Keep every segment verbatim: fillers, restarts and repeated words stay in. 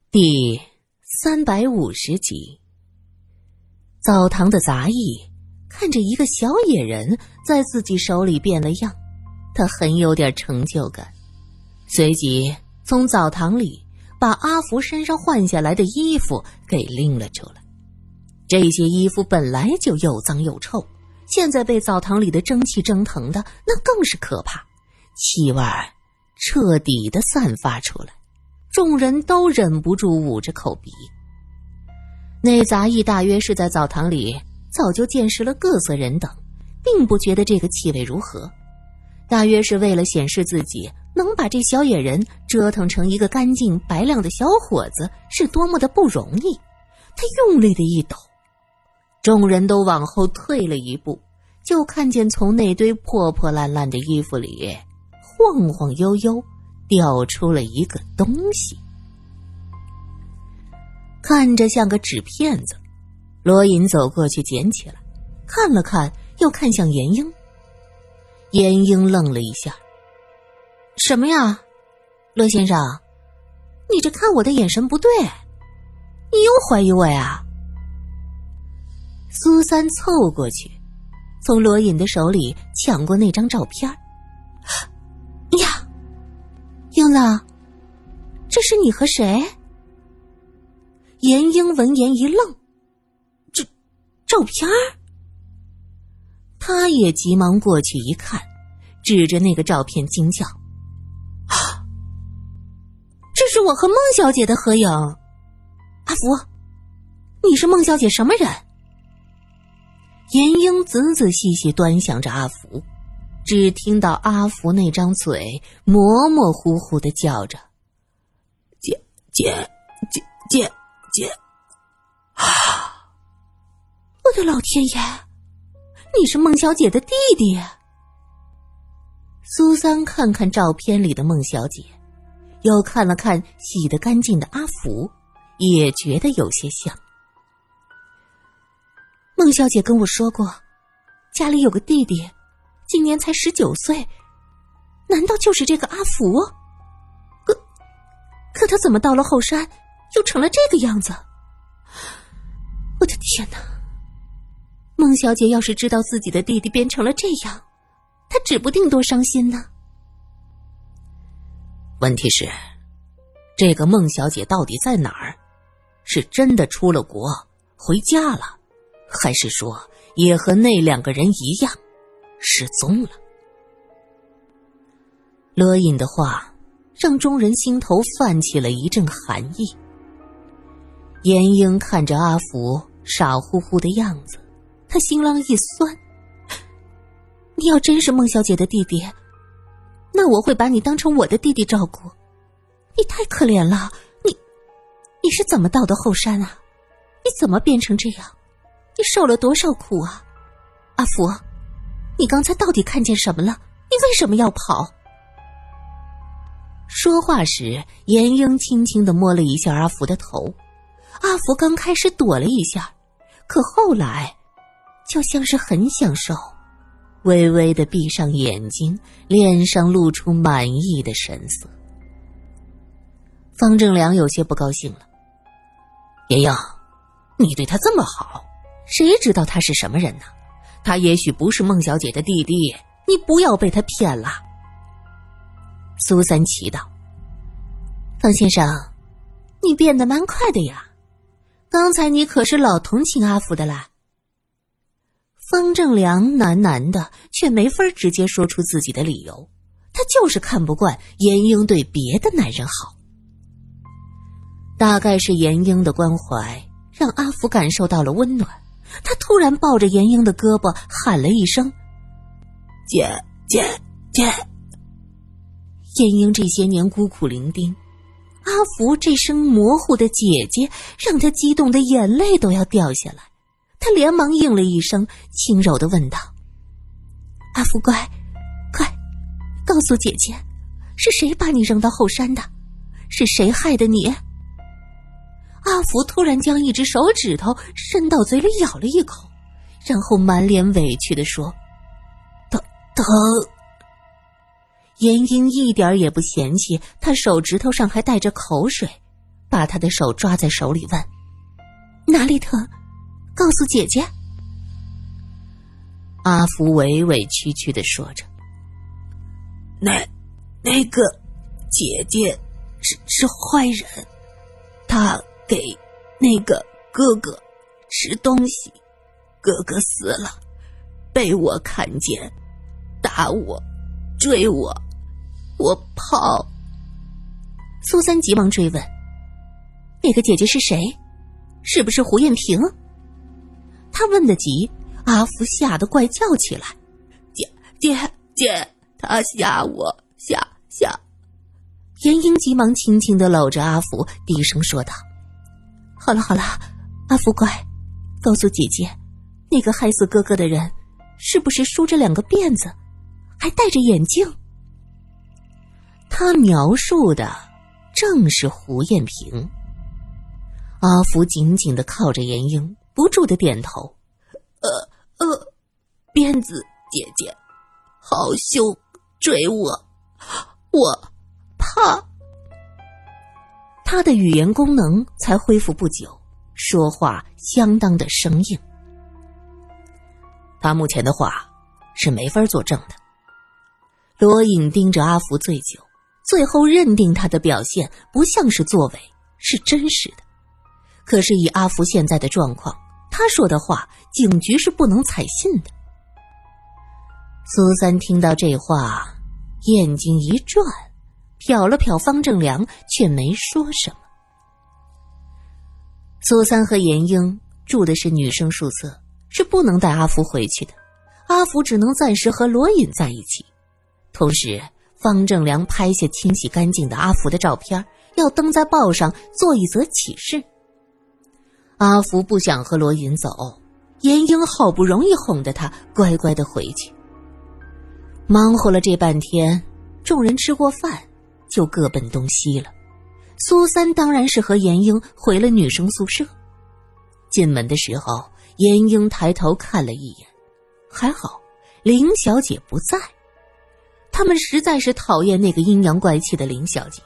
第三百五十集。澡堂的杂役看着一个小野人在自己手里变了样，他很有点成就感，随即从澡堂里把阿福身上换下来的衣服给拎了出来。这些衣服本来就又脏又臭，现在被澡堂里的蒸汽蒸腾的那更是可怕，气味彻底的散发出来，众人都忍不住捂着口鼻。那杂役大约是在澡堂里早就见识了各色人等，并不觉得这个气味如何，大约是为了显示自己能把这小野人折腾成一个干净白亮的小伙子是多么的不容易。他用力的一抖，众人都往后退了一步，就看见从那堆破破烂烂的衣服里晃晃悠悠掉出了一个东西，看着像个纸片子。罗隐走过去捡起来，看了看，又看向严英。严英愣了一下：“什么呀，罗先生？你这看我的眼神不对，你又怀疑我呀？”苏三凑过去，从罗隐的手里抢过那张照片。呀，英子，这是你和谁？严英闻言一愣，这照片儿？他也急忙过去一看，指着那个照片惊叫：“啊，这是我和孟小姐的合影！阿福，你是孟小姐什么人？”严英仔仔细细端详着阿福，只听到阿福那张嘴模模糊糊地叫着：“姐姐姐姐姐！”啊！我的老天爷，你是孟小姐的弟弟！苏三看看照片里的孟小姐，又看了看洗得干净的阿福，也觉得有些像。孟小姐跟我说过，家里有个弟弟，今年才十九岁，难道就是这个阿福？可可他怎么到了后山又成了这个样子？我的天哪！孟小姐要是知道自己的弟弟变成了这样，她指不定多伤心呢。 问题是，这个孟小姐到底在哪儿？是真的出了国回家了，还是说也和那两个人一样失踪了？ 罗隐的话让众人心头泛起了一阵寒意。严英看着阿福傻乎乎的样子，他心浪一酸：“你要真是孟小姐的弟弟，那我会把你当成我的弟弟照顾。你太可怜了，你你是怎么到的后山啊？你怎么变成这样？你受了多少苦啊？阿福，你刚才到底看见什么了？你为什么要跑？”说话时，严英轻轻地摸了一下阿福的头。阿福刚开始躲了一下，可后来就像是很享受，微微地闭上眼睛，脸上露出满意的神色。方正良有些不高兴了：“ 严英，你对他这么好， 谁知道他是什么人呢？他也许不是孟小姐的弟弟，你不要被他骗了。”苏三奇道：“方先生，你变得蛮快的呀，刚才你可是老同情阿福的啦。”方正良喃喃的，却没法直接说出自己的理由，他就是看不惯严英对别的男人好。大概是严英的关怀让阿福感受到了温暖，他突然抱着严英的胳膊喊了一声：“ 姐姐姐！” 严英这些年孤苦伶仃，阿福这声模糊的姐姐让他激动的眼泪都要掉下来。他连忙应了一声，轻柔地问道：“阿福乖，快告诉姐姐，是谁把你扔到后山的？是谁害的你？”阿福突然将一只手指头伸到嘴里咬了一口，然后满脸委屈地说：“疼疼。”严英一点也不嫌弃他手指头上还带着口水， 把他的手抓在手里问：哪里疼？告诉姐姐。 阿福委委屈屈地说着：那那个姐姐是是坏人，她给那个哥哥吃东西，哥哥死了，被我看见，打我，追我，我跑。 苏三急忙追问：那个姐姐是谁？是不是胡艳萍？他问得急，阿福吓得怪叫起来： 姐姐姐，她吓我，吓吓。 严英急忙轻轻地搂着阿福，低声说道：好了好了，阿福乖，告诉姐姐，那个害死哥哥的人是不是梳着两个辫子，还戴着眼镜？他描述的正是胡艳萍。阿福紧紧地靠着严英，不住地点头： 呃呃，辫子姐姐好凶，追我，我怕。 他的语言功能才恢复不久，说话相当的生硬。 他目前的话是没法作证的。 罗隐盯着阿福醉酒，最后认定他的表现不像是作伪，是真实的。可是以阿福现在的状况，他说的话警局是不能采信的。苏三听到这话，眼睛一转，瞟了瞟方正良，却没说什么。苏三和严英住的是女生宿舍，是不能带阿福回去的，阿福只能暂时和罗隐在一起。同时方正良拍下清洗干净的阿福的照片，要登在报上做一则启事。阿福不想和罗隐走，严英好不容易哄得他乖乖地回去。忙活了这半天，众人吃过饭就各奔东西了。苏三当然是和严英回了女生宿舍。进门的时候，严英抬头看了一眼，还好林小姐不在。他们实在是讨厌那个阴阳怪气的林小姐。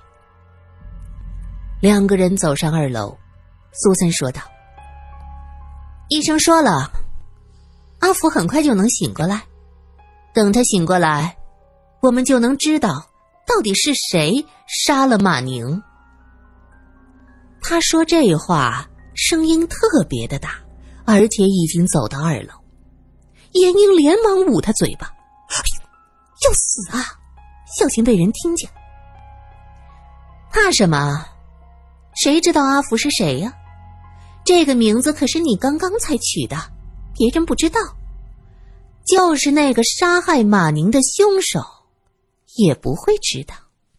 两个人走上二楼，苏三说道：医生说了，阿福很快就能醒过来，等他醒过来，我们就能知道到底是谁杀了马宁。他说这话声音特别的大，而且已经走到二楼。严英连忙捂他嘴巴：要死啊，小心被人听见。怕什么？谁知道阿福是谁呀？这个名字可是你刚刚才取的，别人不知道。就是那个杀害马宁的凶手也不会知道。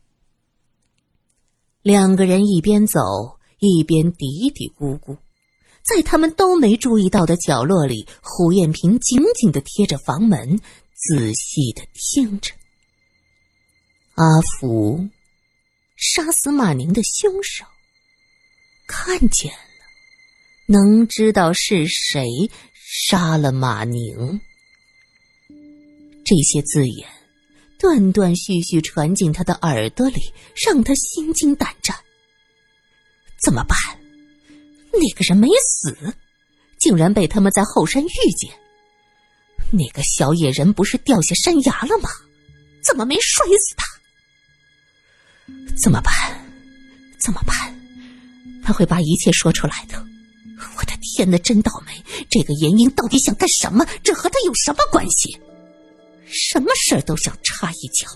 两个人一边走一边嘀嘀咕咕，在他们都没注意到的角落里，胡艳萍紧紧地贴着房门，仔细地听着。阿福杀死马宁的凶手，看见了，能知道是谁杀了马宁。这些字眼断断续续传进他的耳朵里，让他心惊胆战。怎么办？那个人没死，竟然被他们在后山遇见。那个小野人不是掉下山崖了吗？怎么没摔死他？怎么办？怎么办？他会把一切说出来的。我的天哪，真倒霉！这个严英到底想干什么？这和他有什么关系？什么事儿都想插一脚。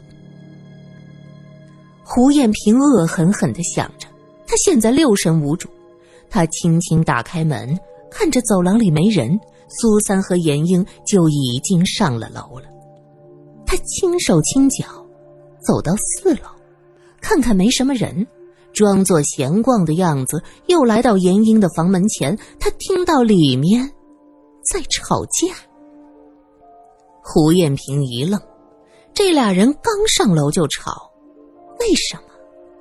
胡艳萍恶狠狠地想着，她现在六神无主。她轻轻打开门，看着走廊里没人，苏三和严英就已经上了楼了。她轻手轻脚走到四楼，看看没什么人，装作闲逛的样子，又来到严英的房门前。她听到里面在吵架。胡艳萍一愣，这俩人刚上楼就吵，为什么？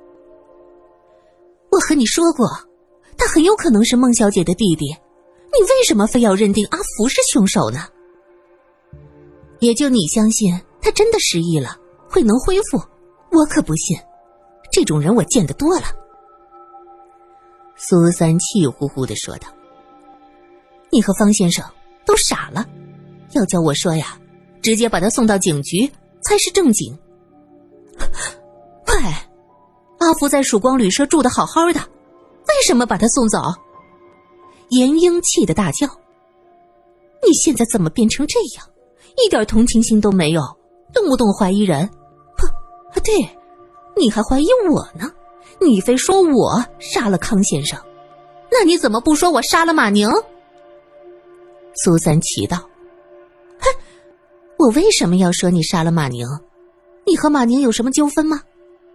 我和你说过，他很有可能是孟小姐的弟弟，你为什么非要认定阿福是凶手呢？也就你相信他真的失忆了，会能恢复，我可不信，这种人我见得多了。 苏三气呼呼地说道：“你和方先生都傻了，要叫我说呀，直接把他送到警局才是正经。喂，阿福在曙光旅社住得好好的，为什么把他送走？”严英气得大叫：“你现在怎么变成这样？一点同情心都没有，动不动怀疑人。哼，啊对，你还怀疑我呢？你非说我杀了康先生，那你怎么不说我杀了马宁？”苏三奇道：“哼，我为什么要说你杀了马宁？你和马宁有什么纠纷吗？”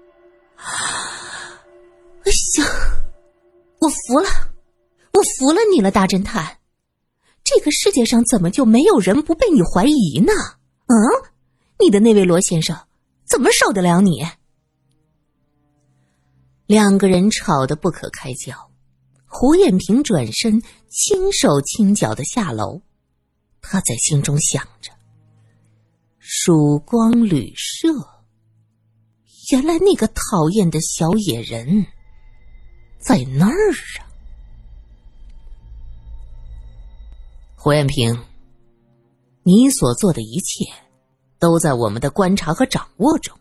哎呀，我服了，我服了你了，大侦探。这个世界上怎么就没有人不被你怀疑呢？嗯，你的那位罗先生怎么受得了你？两个人吵得不可开交。胡艳萍转身轻手轻脚地下楼，他在心中想着，曙光旅社，原来那个讨厌的小野人在那儿啊。胡艳萍，你所做的一切都在我们的观察和掌握中。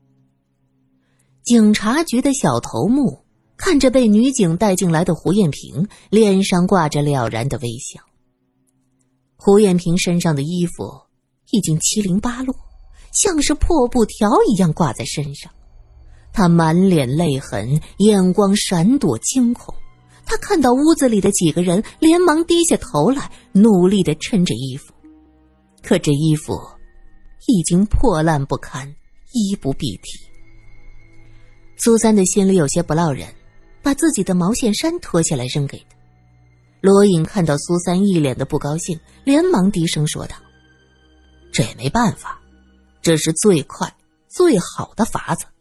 警察局的小头目看着被女警带进来的胡艳萍，脸上挂着了然的微笑。胡艳萍身上的衣服已经七零八落，像是破布条一样挂在身上。她满脸泪痕，眼光闪躲惊恐。她看到屋子里的几个人，连忙低下头来，努力地抻着衣服。可这衣服已经破烂不堪，衣不蔽体。苏三的心里有些不落忍，把自己的毛线衫脱下来扔给他。罗隐看到苏三一脸的不高兴，连忙低声说道：“这也没办法，这是最快最好的法子。”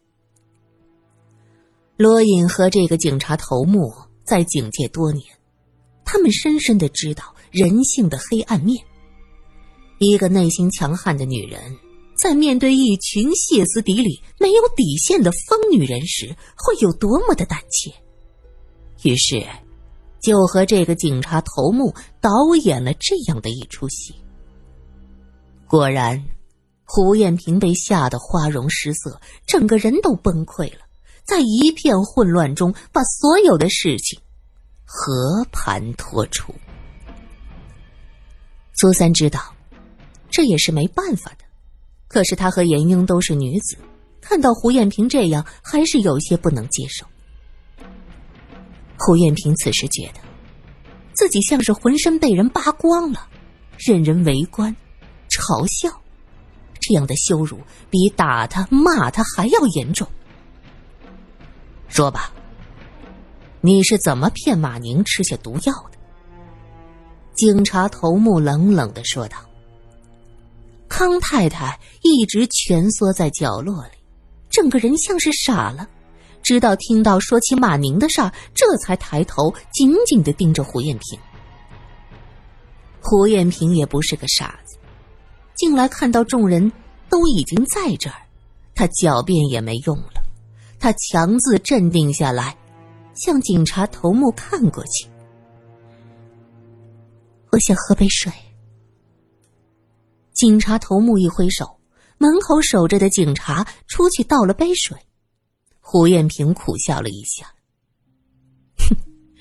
罗隐和这个警察头目在警界多年，他们深深地知道人性的黑暗面。一个内心强悍的女人，在面对一群歇斯底里、没有底线的疯女人时，会有多么的胆怯。于是就和这个警察头目导演了这样的一出戏。果然，胡艳萍被吓得花容失色，整个人都崩溃了，在一片混乱中把所有的事情和盘托出。苏三知道这也是没办法的，可是他和严英都是女子，看到胡艳萍这样，还是有些不能接受。胡艳萍此时觉得自己像是浑身被人扒光了，任人围观嘲笑，这样的羞辱比打他骂他还要严重。说吧，你是怎么骗马宁吃下毒药的？警察头目冷冷地说道。康太太一直蜷缩在角落里，整个人像是傻了，直到听到说起马宁的事儿，这才抬头紧紧地盯着胡艳萍。胡艳萍也不是个傻子，进来看到众人都已经在这儿，她狡辩也没用了，她强自镇定下来，向警察头目看过去。我想喝杯水。警察头目一挥手，门口守着的警察出去倒了杯水。胡艳萍苦笑了一下，哼，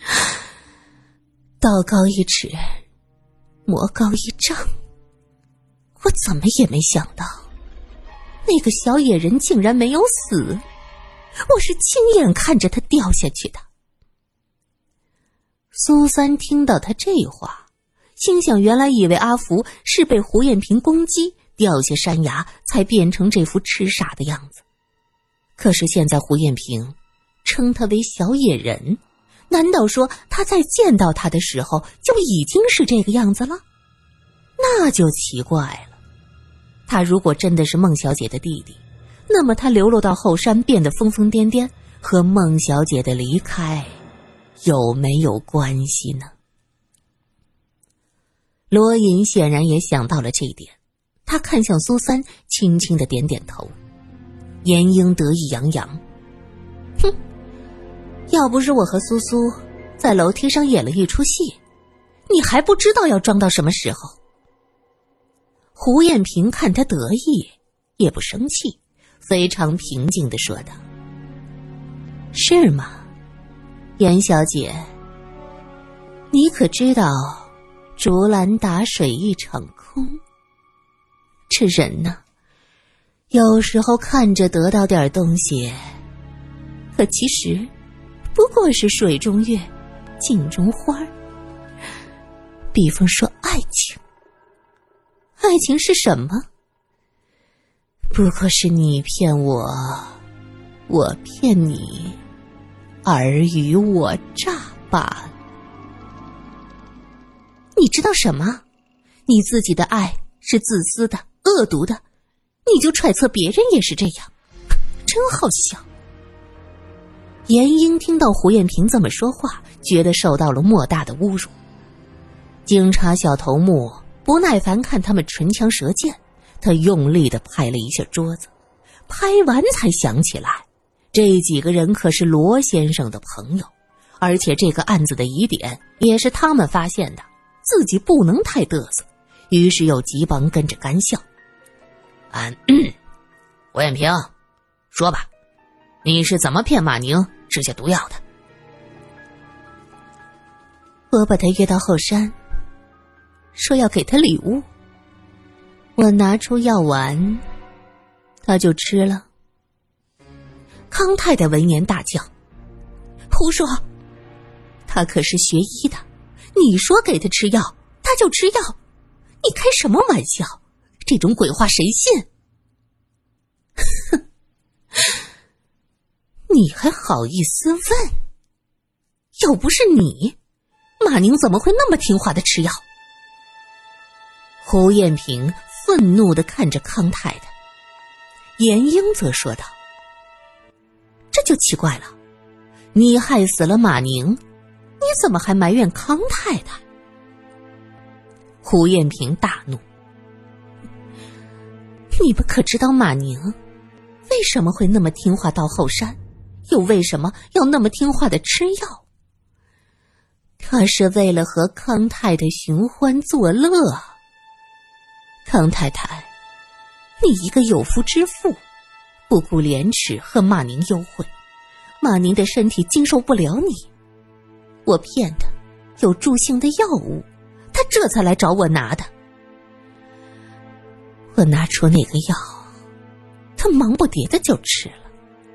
道高一尺，魔高一丈。我怎么也没想到，那个小野人竟然没有死，我是亲眼看着他掉下去的。苏三听到他这话，心想原来以为阿福是被胡艳萍攻击掉下山崖才变成这副痴傻的样子。可是现在胡艳萍称他为小野人，难道说他在见到他的时候就已经是这个样子了？那就奇怪了。他如果真的是孟小姐的弟弟，那么他流落到后山变得疯疯癫癫，和孟小姐的离开有没有关系呢？罗隐显然也想到了这一点，他看向苏三，轻轻地点点头。严英得意洋洋，哼，要不是我和苏苏在楼梯上演了一出戏，你还不知道要装到什么时候。胡艳萍看他得意，也不生气，非常平静地说道：是吗，严小姐，你可知道竹篮打水一场空？这人呢，有时候看着得到点东西，可其实不过是水中月，镜中花。比方说爱情，爱情是什么？不过是你骗我，我骗你，尔虞我诈罢了。你知道什么？你自己的爱是自私的、恶毒的，你就揣测别人也是这样，真好笑。严英听到胡艳萍这么说话，觉得受到了莫大的侮辱。警察小头目不耐烦看他们唇枪舌剑，他用力地拍了一下桌子，拍完才想起来，这几个人可是罗先生的朋友，而且这个案子的疑点也是他们发现的，自己不能太嘚瑟，于是又急忙跟着干笑。 嗯，胡艳萍，说吧，你是怎么骗马宁吃下毒药的？ 我把他约到后山，说要给他礼物，我拿出药丸，他就吃了。康太太闻言大叫：胡说，他可是学医的，你说给他吃药他就吃药，你开什么玩笑？这种鬼话谁信？你还好意思问？要不是你，马宁怎么会那么听话的吃药？胡艳萍愤怒地看着康太太，严英则说道：这就奇怪了，你害死了马宁，你怎么还埋怨康太太？胡艳萍大怒：你们可知道马宁为什么会那么听话到后山，又为什么要那么听话的吃药？他是为了和康太太寻欢作乐。康太太，你一个有夫之妇，不顾廉耻和马宁幽会，马宁的身体经受不了你，我骗他有助兴的药物，他这才来找我拿的。我拿出那个药，他忙不迭的就吃了。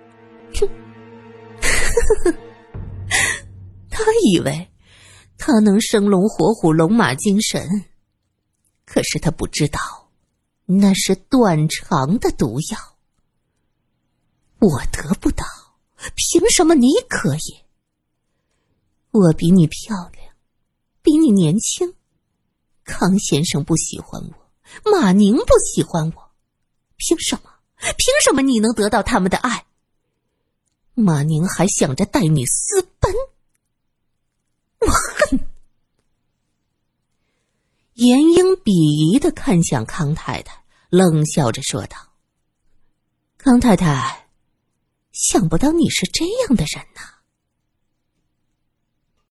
哼，他以为他能生龙活虎、龙马精神，可是他不知道那是断肠的毒药。我得不到，凭什么你可以？我比你漂亮，比你年轻，康先生不喜欢我，马宁不喜欢我，凭什么？凭什么你能得到他们的爱？马宁还想着带你私奔，我恨。严英鄙夷地看向康太太，冷笑着说道：康太太，想不到你是这样的人呐。